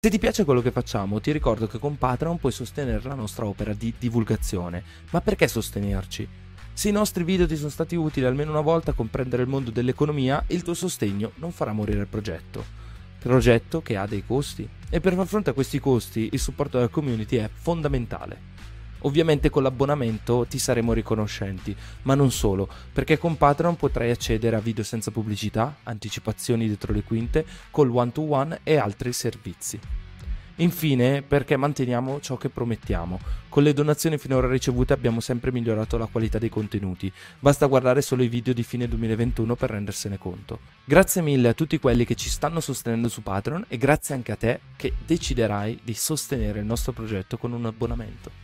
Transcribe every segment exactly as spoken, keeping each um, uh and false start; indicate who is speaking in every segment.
Speaker 1: Se ti piace quello che facciamo, ti ricordo che con Patreon puoi sostenere la nostra opera di divulgazione. Ma perché sostenerci? Se i nostri video ti sono stati utili almeno una volta a comprendere il mondo dell'economia, il tuo sostegno non farà morire il progetto. Progetto che ha dei costi. E per far fronte a questi costi, il supporto della community è fondamentale. Ovviamente con l'abbonamento ti saremo riconoscenti, ma non solo, perché con Patreon potrai accedere a video senza pubblicità, anticipazioni dietro le quinte, call one to one e altri servizi. Infine, perché manteniamo ciò che promettiamo. Con le donazioni finora ricevute abbiamo sempre migliorato la qualità dei contenuti. Basta guardare solo i video di fine duemilaventuno per rendersene conto. Grazie mille a tutti quelli che ci stanno sostenendo su Patreon e grazie anche a te che deciderai di sostenere il nostro progetto con un abbonamento.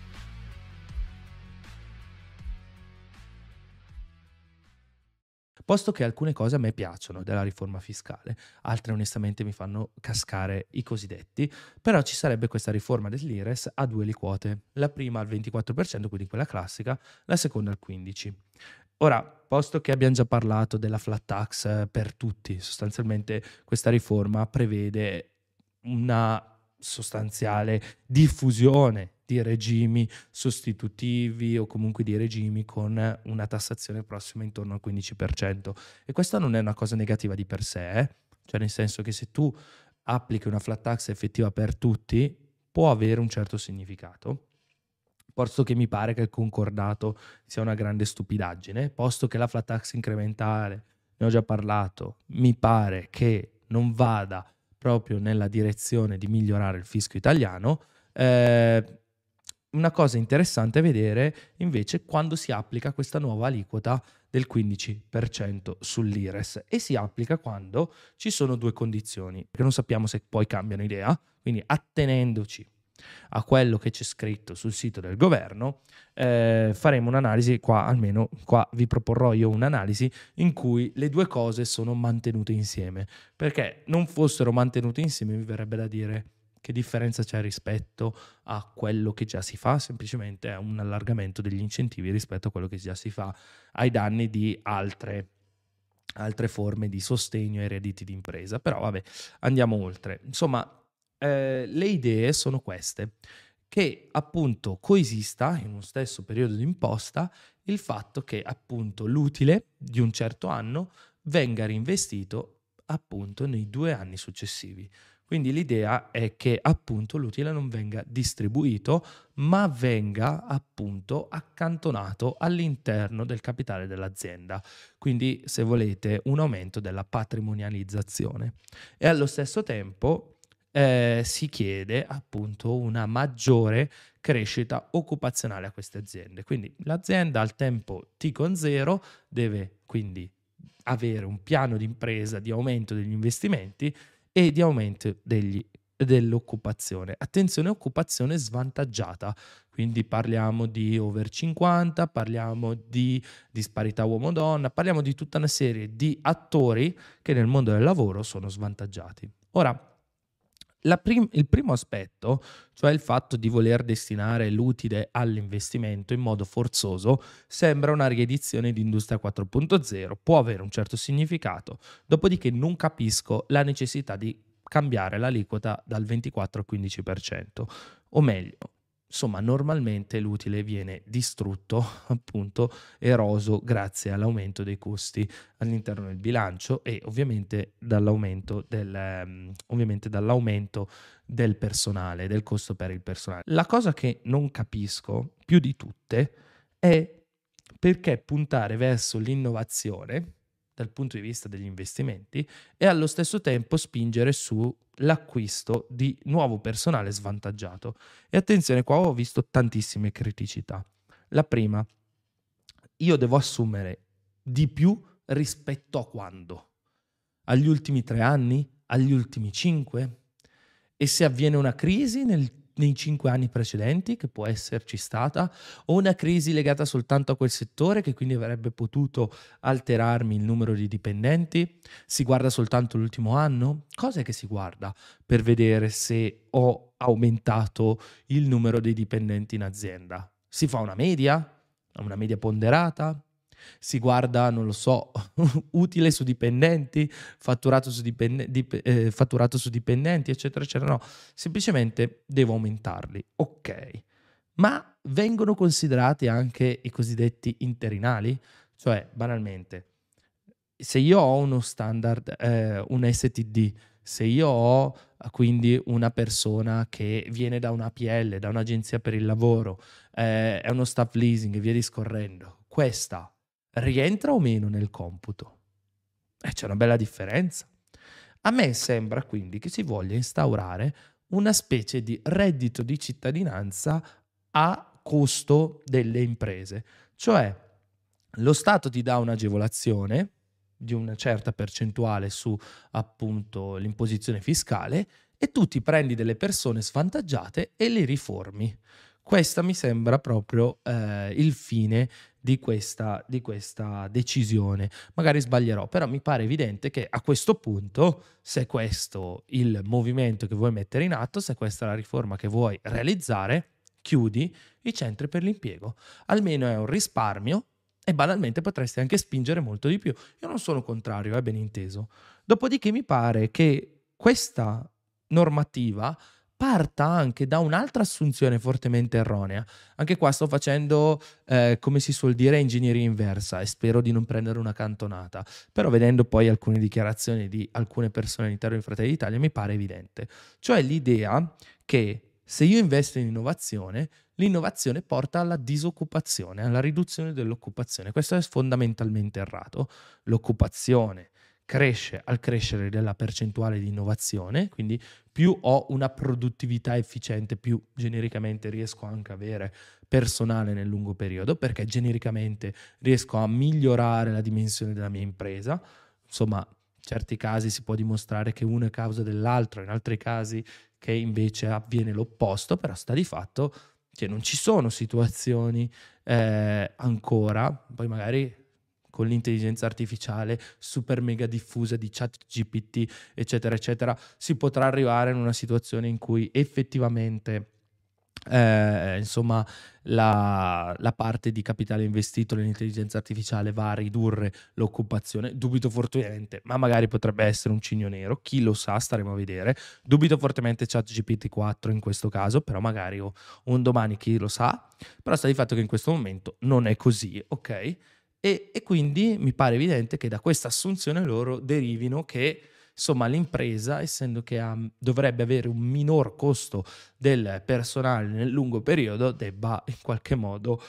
Speaker 1: Posto che alcune cose a me piacciono della riforma fiscale, altre onestamente mi fanno cascare i cosiddetti, però ci sarebbe questa riforma dell'I R E S a due aliquote, la prima al ventiquattro per cento, quindi quella classica, la seconda al quindici per cento. Ora, posto che abbiamo già parlato della flat tax eh, per tutti, sostanzialmente questa riforma prevede una sostanziale diffusione di regimi sostitutivi o comunque di regimi con una tassazione prossima intorno al quindici per cento. E questa non è una cosa negativa di per sé, eh? Cioè nel senso che se tu applichi una flat tax effettiva per tutti, può avere un certo significato. Posto che mi pare che il concordato sia una grande stupidaggine, posto che la flat tax incrementale, ne ho già parlato, mi pare che non vada proprio nella direzione di migliorare il fisco italiano. eh, una cosa interessante è vedere invece quando si applica questa nuova aliquota del quindici per cento sull'I R E S, e si applica quando ci sono due condizioni, perché non sappiamo se poi cambiano idea, quindi attenendoci a quello che c'è scritto sul sito del governo, eh, faremo un'analisi, qua almeno qua vi proporrò io un'analisi in cui le due cose sono mantenute insieme, perché non fossero mantenute insieme mi verrebbe da dire che differenza c'è rispetto a quello che già si fa, semplicemente è un allargamento degli incentivi rispetto a quello che già si fa ai danni di altre altre forme di sostegno ai redditi di impresa. Però vabbè, andiamo oltre. Insomma, eh, le idee sono queste: che appunto coesista in uno stesso periodo di imposta il fatto che appunto l'utile di un certo anno venga reinvestito appunto nei due anni successivi. Quindi l'idea è che appunto l'utile non venga distribuito, ma venga appunto accantonato all'interno del capitale dell'azienda. Quindi, se volete, un aumento della patrimonializzazione. E allo stesso tempo eh, si chiede appunto una maggiore crescita occupazionale a queste aziende. Quindi l'azienda al tempo T con zero deve quindi avere un piano di impresa di aumento degli investimenti e di aumento degli, dell'occupazione. Attenzione, occupazione svantaggiata, quindi parliamo di over cinquanta, parliamo di disparità uomo-donna, parliamo di tutta una serie di attori che nel mondo del lavoro sono svantaggiati. Ora, la prim- il primo aspetto, cioè il fatto di voler destinare l'utile all'investimento in modo forzoso, sembra una riedizione di Industria quattro punto zero, può avere un certo significato, dopodiché non capisco la necessità di cambiare l'aliquota dal ventiquattro al quindici per cento, o meglio, insomma, normalmente l'utile viene distrutto, appunto, eroso grazie all'aumento dei costi all'interno del bilancio e ovviamente dall'aumento del, ehm, ovviamente dall'aumento del personale, del costo per il personale. La cosa che non capisco più di tutte è perché puntare verso l'innovazione dal punto di vista degli investimenti e allo stesso tempo spingere sull'acquisto di nuovo personale svantaggiato. E attenzione, qua ho visto tantissime criticità. La prima, io devo assumere di più rispetto a quando? Agli ultimi tre anni? Agli ultimi cinque? E se avviene una crisi nel, nei cinque anni precedenti, che può esserci stata, o una crisi legata soltanto a quel settore, che quindi avrebbe potuto alterarmi il numero di dipendenti? Si guarda soltanto l'ultimo anno? Cosa è che si guarda per vedere se ho aumentato il numero dei dipendenti in azienda? Si fa una media? Una media ponderata? Si guarda, non lo so, utile su dipendenti, fatturato su, dipende- dip- eh, fatturato su dipendenti, eccetera, eccetera. No, semplicemente devo aumentarli. Ok, ma vengono considerati anche i cosiddetti interinali? Cioè, banalmente, se io ho uno standard, eh, un S T D, se io ho eh, quindi una persona che viene da una A P L, da un'agenzia per il lavoro, eh, è uno staff leasing e via discorrendo, questa rientra o meno nel computo? Eh, c'è una bella differenza. A me sembra quindi che si voglia instaurare una specie di reddito di cittadinanza a costo delle imprese, cioè lo Stato ti dà un'agevolazione di una certa percentuale su appunto l'imposizione fiscale e tu ti prendi delle persone svantaggiate e le riformi. Questa mi sembra proprio eh, il fine di questa, di questa decisione. Magari sbaglierò, però mi pare evidente che a questo punto, se questo è il movimento che vuoi mettere in atto, se questa è la riforma che vuoi realizzare, chiudi i centri per l'impiego. Almeno è un risparmio e banalmente potresti anche spingere molto di più. Io non sono contrario, è ben inteso. Dopodiché mi pare che questa normativa parta anche da un'altra assunzione fortemente erronea. Anche qua sto facendo, eh, come si suol dire, ingegneria inversa e spero di non prendere una cantonata. Però vedendo poi alcune dichiarazioni di alcune persone all'interno di Fratelli d'Italia mi pare evidente. Cioè l'idea che se io investo in innovazione, l'innovazione porta alla disoccupazione, alla riduzione dell'occupazione. Questo è fondamentalmente errato. L'occupazione cresce al crescere della percentuale di innovazione, quindi più ho una produttività efficiente, più genericamente riesco anche a avere personale nel lungo periodo, perché genericamente riesco a migliorare la dimensione della mia impresa. Insomma, in certi casi si può dimostrare che uno è causa dell'altro, in altri casi che invece avviene l'opposto, però sta di fatto che non ci sono situazioni eh, ancora, poi magari con l'intelligenza artificiale super mega diffusa di chat G P T, eccetera, eccetera, si potrà arrivare in una situazione in cui effettivamente eh, insomma la, la parte di capitale investito nell'intelligenza artificiale va a ridurre l'occupazione. Dubito fortemente, ma magari potrebbe essere un cigno nero, chi lo sa, staremo a vedere. Dubito fortemente ChatGPT quattro in questo caso, però magari o un domani chi lo sa. Però sta di fatto che in questo momento non è così, ok? E, e quindi mi pare evidente che da questa assunzione loro derivino che insomma l'impresa, essendo che ha, dovrebbe avere un minor costo del personale nel lungo periodo, debba in qualche modo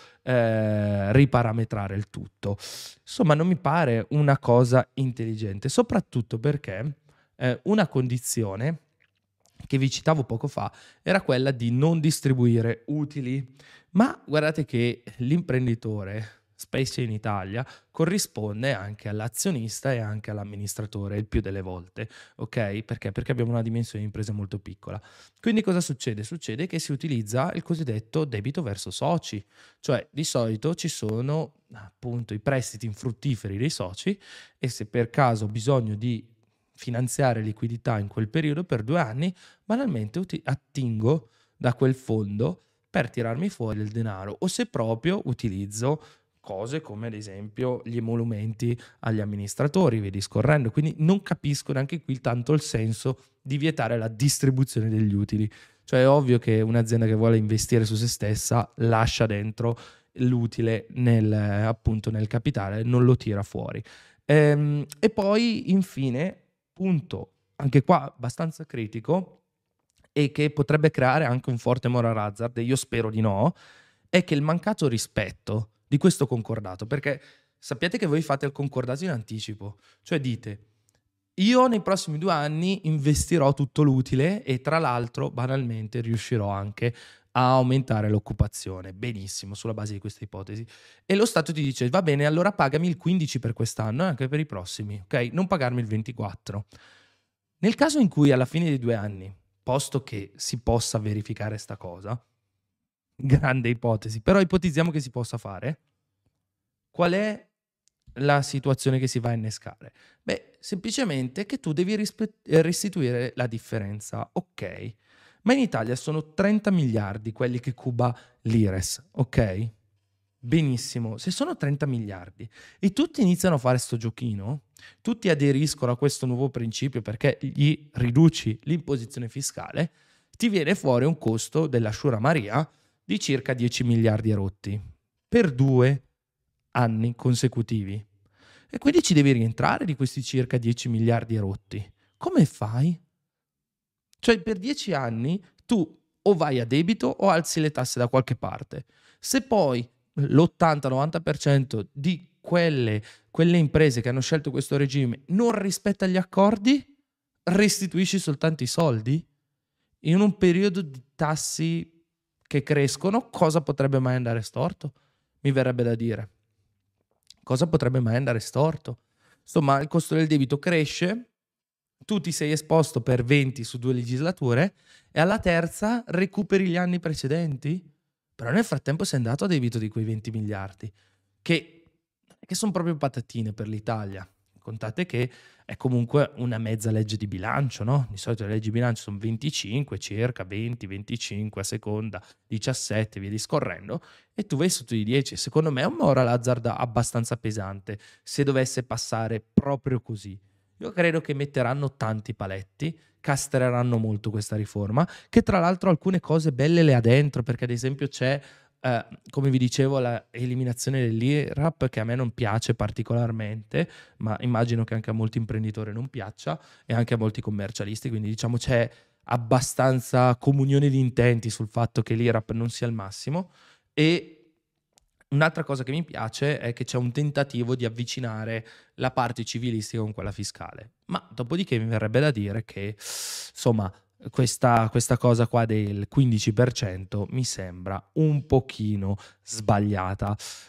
Speaker 1: eh, riparametrare il tutto. Insomma, non mi pare una cosa intelligente, soprattutto perché eh, una condizione che vi citavo poco fa era quella di non distribuire utili, ma guardate che l'imprenditore, specie in Italia, corrisponde anche all'azionista e anche all'amministratore il più delle volte, ok? Perché? Perché abbiamo una dimensione di impresa molto piccola. Quindi cosa succede? Succede che si utilizza il cosiddetto debito verso soci, cioè di solito ci sono appunto i prestiti infruttiferi dei soci e se per caso ho bisogno di finanziare liquidità in quel periodo per due anni, banalmente uti- attingo da quel fondo per tirarmi fuori il denaro o se proprio utilizzo cose come ad esempio gli emolumenti agli amministratori, via discorrendo. Quindi non capisco neanche qui tanto il senso di vietare la distribuzione degli utili. Cioè è ovvio che un'azienda che vuole investire su se stessa lascia dentro l'utile nel, appunto nel capitale, non lo tira fuori. Ehm, e poi infine, punto anche qua abbastanza critico e che potrebbe creare anche un forte moral hazard, e io spero di no, è che il mancato rispetto di questo concordato, perché sappiate che voi fate il concordato in anticipo, cioè dite io nei prossimi due anni investirò tutto l'utile e tra l'altro banalmente riuscirò anche a aumentare l'occupazione. Benissimo, sulla base di questa ipotesi. E lo Stato ti dice va bene, allora pagami il quindici per quest'anno e anche per i prossimi, ok? Non pagarmi il ventiquattro. Nel caso in cui alla fine dei due anni, posto che si possa verificare sta cosa, grande ipotesi, però ipotizziamo che si possa fare, qual è la situazione che si va a innescare? Beh, semplicemente che tu devi rispe- eh, restituire la differenza, ok? Ma in Italia sono trenta miliardi quelli che cuba l'I R E S, ok? Benissimo, se sono trenta miliardi e tutti iniziano a fare sto giochino, tutti aderiscono a questo nuovo principio perché gli riduci l'imposizione fiscale, ti viene fuori un costo dell'Ashura Maria di circa dieci miliardi e rotti per due anni consecutivi. E quindi ci devi rientrare di questi circa dieci miliardi e rotti. Come fai? Cioè per dieci anni tu o vai a debito o alzi le tasse da qualche parte. Se poi l'ottanta novanta per cento di quelle, quelle imprese che hanno scelto questo regime non rispetta gli accordi, restituisci soltanto i soldi? In un periodo di tassi che crescono, cosa potrebbe mai andare storto? Mi verrebbe da dire. Cosa potrebbe mai andare storto? Insomma, il costo del debito cresce, tu ti sei esposto per venti su due legislature e alla terza recuperi gli anni precedenti? Però nel frattempo sei andato a debito di quei venti miliardi, che, che sono proprio patatine per l'Italia. Contate che è comunque una mezza legge di bilancio, no? Di solito le leggi di bilancio sono venticinque circa, venti, venticinque a seconda, diciassette, via discorrendo, e tu vai sotto i dieci. Secondo me è un moral hazard abbastanza pesante se dovesse passare proprio così. Io credo che metteranno tanti paletti, castreranno molto questa riforma, che tra l'altro alcune cose belle le ha dentro, perché ad esempio c'è, eh, come vi dicevo, la eliminazione dell'I R A P, che a me non piace particolarmente, ma immagino che anche a molti imprenditori non piaccia e anche a molti commercialisti, quindi diciamo c'è abbastanza comunione di intenti sul fatto che l'I R A P non sia il massimo. E un'altra cosa che mi piace è che c'è un tentativo di avvicinare la parte civilistica con quella fiscale. Ma dopodiché mi verrebbe da dire che, insomma, questa, questa cosa qua del quindici per cento mi sembra un pochino sbagliata.